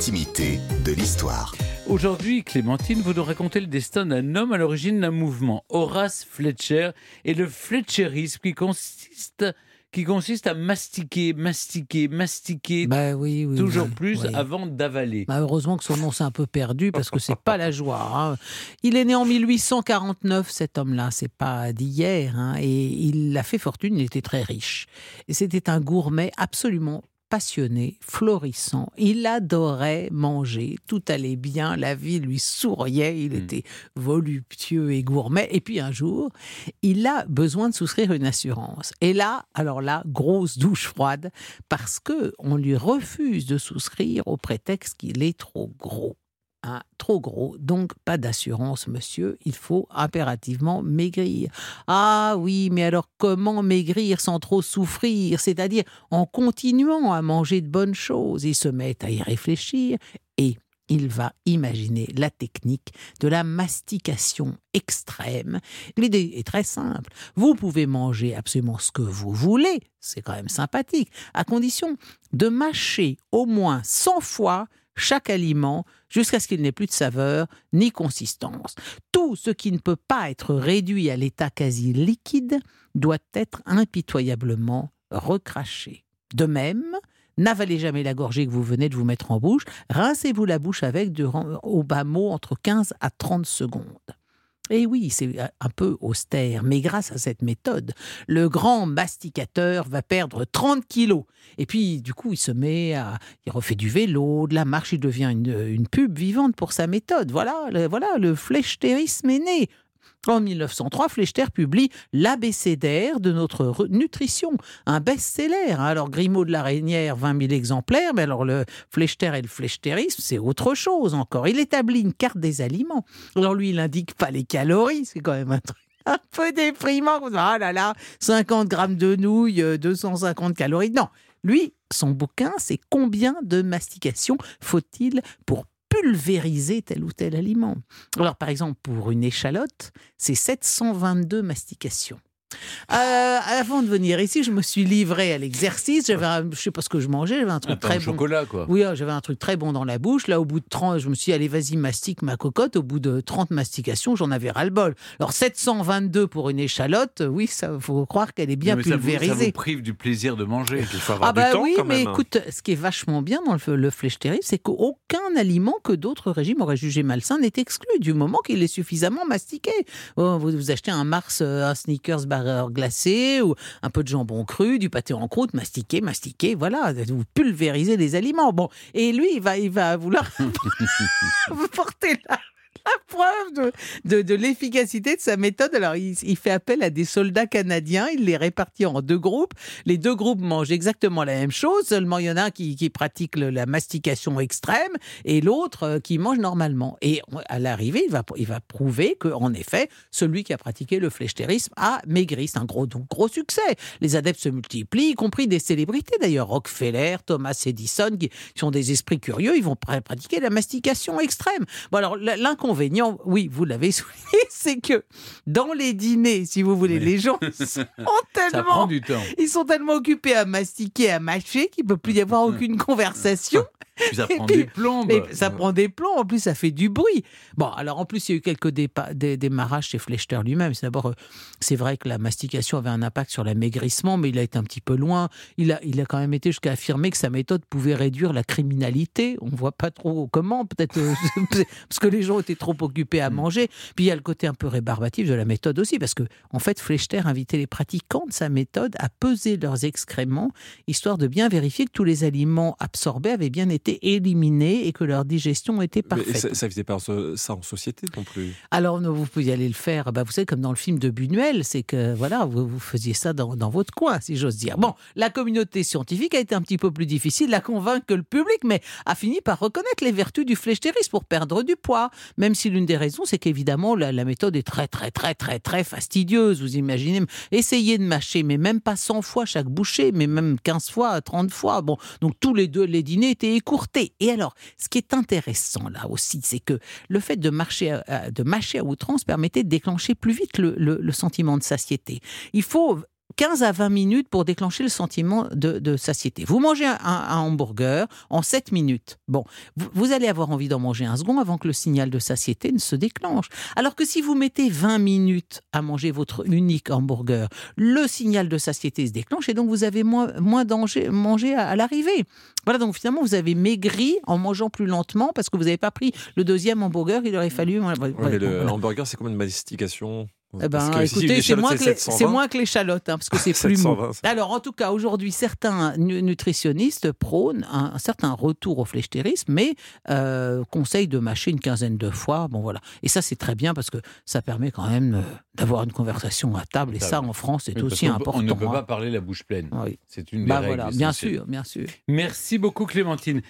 l'intimité de l'histoire. Aujourd'hui, Clémentine, vous nous racontez le destin d'un homme à l'origine d'un mouvement, Horace Fletcher, et le fletcherisme qui consiste à mastiquer, Oui, toujours oui, plus oui. avant d'avaler. Heureusement que son nom s'est un peu perdu parce que c'est pas la joie. Hein. Il est né en 1849, cet homme-là, c'est pas d'hier, hein, et il a fait fortune, il était très riche. Et c'était un gourmet absolument passionné, florissant. Il adorait manger, tout allait bien, la vie lui souriait, il était voluptueux et gourmet. Et puis un jour, il a besoin de souscrire une assurance. Et là, grosse douche froide, parce qu'on lui refuse de souscrire au prétexte qu'il est trop gros. Trop gros, donc pas d'assurance, monsieur, il faut impérativement maigrir. Ah oui, mais alors comment maigrir sans trop souffrir, c'est-à-dire en continuant à manger de bonnes choses? Il se met à y réfléchir et il va imaginer la technique de la mastication extrême. L'idée est très simple. Vous pouvez manger absolument ce que vous voulez, c'est quand même sympathique, à condition de mâcher au moins 100 fois chaque aliment jusqu'à ce qu'il n'ait plus de saveur ni consistance. Tout ce qui ne peut pas être réduit à l'état quasi liquide doit être impitoyablement recraché. De même, n'avalez jamais la gorgée que vous venez de vous mettre en bouche, rincez-vous la bouche avec au bas mot entre 15 à 30 secondes. Et oui, c'est un peu austère, mais grâce à cette méthode, le grand masticateur va perdre 30 kilos. Et puis, du coup, il refait du vélo, de la marche, il devient une pub vivante pour sa méthode. Voilà, le flechterisme est né. En 1903, Flechter publie l'abécédaire de notre nutrition, un best-seller. Alors, Grimaud de la Reynière, 20 000 exemplaires, mais alors le Flechter et le flechterisme, c'est autre chose encore. Il établit une carte des aliments. Alors lui, il n'indique pas les calories, c'est quand même un truc un peu déprimant. Ah là là, 50 grammes de nouilles, 250 calories. Non, lui, son bouquin, c'est combien de mastication faut-il pour pulvériser tel ou tel aliment. Alors, par exemple, pour une échalote, c'est 722 mastications. Avant de venir ici, je me suis livré à l'exercice. Je ne sais pas ce que je mangeais. J'avais un truc très bon. Chocolat, quoi. Oui, j'avais un truc très bon dans la bouche. Là, au bout de 30, je me suis dit, allez, vas-y, mastique ma cocotte. Au bout de 30 mastications, j'en avais ras-le-bol. Alors, 722 pour une échalote, oui, ça faut croire qu'elle est bien pulvérisée. Ça vous prive du plaisir de manger. Il faut avoir du temps oui, quand mais même. écoute, ce qui est vachement bien dans le flechterisme, c'est qu'aucun aliment que d'autres régimes auraient jugé malsain n'est exclu du moment qu'il est suffisamment mastiqué. Vous achetez un Mars, un Snickers barreur glacé, ou un peu de jambon cru, du pâté en croûte, mastiquer, voilà, vous pulvérisez les aliments. Bon, et lui, il va vouloir vous porter la preuve de l'efficacité de sa méthode. Alors, il fait appel à des soldats canadiens, il les répartit en 2 groupes. Les 2 groupes mangent exactement la même chose, seulement il y en a un qui pratique la mastication extrême et l'autre qui mange normalement. Et à l'arrivée, il va prouver qu'en effet, celui qui a pratiqué le flechterisme a maigri. C'est un gros succès. Les adeptes se multiplient, y compris des célébrités d'ailleurs. Rockefeller, Thomas Edison, qui sont des esprits curieux, ils vont pratiquer la mastication extrême. Bon, alors, l'inconvénient, oui, vous l'avez souligné, c'est que dans les dîners, si vous voulez, les gens Ça prend du temps. ils sont tellement occupés à mastiquer, à mâcher, qu'il ne peut plus y avoir aucune conversation. Puis ça prend des plombes. Ça prend des plombs, en plus ça fait du bruit. Bon, alors en plus il y a eu quelques démarrages chez Flechter lui-même. D'abord, c'est vrai que la mastication avait un impact sur l'amaigrissement, mais il a été un petit peu loin. Il a quand même été jusqu'à affirmer que sa méthode pouvait réduire la criminalité. On ne voit pas trop comment, peut-être parce que les gens étaient trop occupés à manger. Puis il y a le côté un peu rébarbatif de la méthode aussi, parce que en fait Flechter invitait les pratiquants de sa méthode à peser leurs excréments, histoire de bien vérifier que tous les aliments absorbés avaient bien été éliminés et que leur digestion était parfaite. Mais ça ne faisait pas ça en société non plus. Alors, vous pouviez aller le faire, vous savez, comme dans le film de Buñuel, c'est que, voilà, vous faisiez ça dans votre coin, si j'ose dire. Bon, la communauté scientifique a été un petit peu plus difficile à convaincre que le public, mais a fini par reconnaître les vertus du flechterisme pour perdre du poids. Même si l'une des raisons, c'est qu'évidemment, la méthode est très, très, très, très, très fastidieuse. Vous imaginez, essayez de mâcher, mais même pas 100 fois chaque bouchée, mais même 15 fois, 30 fois. Bon, donc tous les dîners étaient écourtés. Et alors, ce qui est intéressant là aussi, c'est que le fait de mâcher à outrance permettait de déclencher plus vite le sentiment de satiété. Il faut 15 à 20 minutes pour déclencher le sentiment de satiété. Vous mangez un hamburger en 7 minutes. Bon, vous allez avoir envie d'en manger un second avant que le signal de satiété ne se déclenche. Alors que si vous mettez 20 minutes à manger votre unique hamburger, le signal de satiété se déclenche et donc vous avez moins mangé à l'arrivée. Voilà, donc finalement, vous avez maigri en mangeant plus lentement parce que vous n'avez pas pris le deuxième hamburger, il aurait fallu... Mais le hamburger, c'est combien de mastication? Eh ben, écoutez, c'est moins que l'échalote, parce que c'est plus mou. Alors, en tout cas, aujourd'hui, certains nutritionnistes prônent un certain retour au fléchérisme, mais conseillent de mâcher une quinzaine de fois. Bon, voilà. Et ça, c'est très bien parce que ça permet quand même d'avoir une conversation à table. Et ça, en France, c'est aussi important. On ne peut pas parler la bouche pleine. Oui. C'est une des règles. Voilà, bien sûr, bien sûr. Merci beaucoup, Clémentine.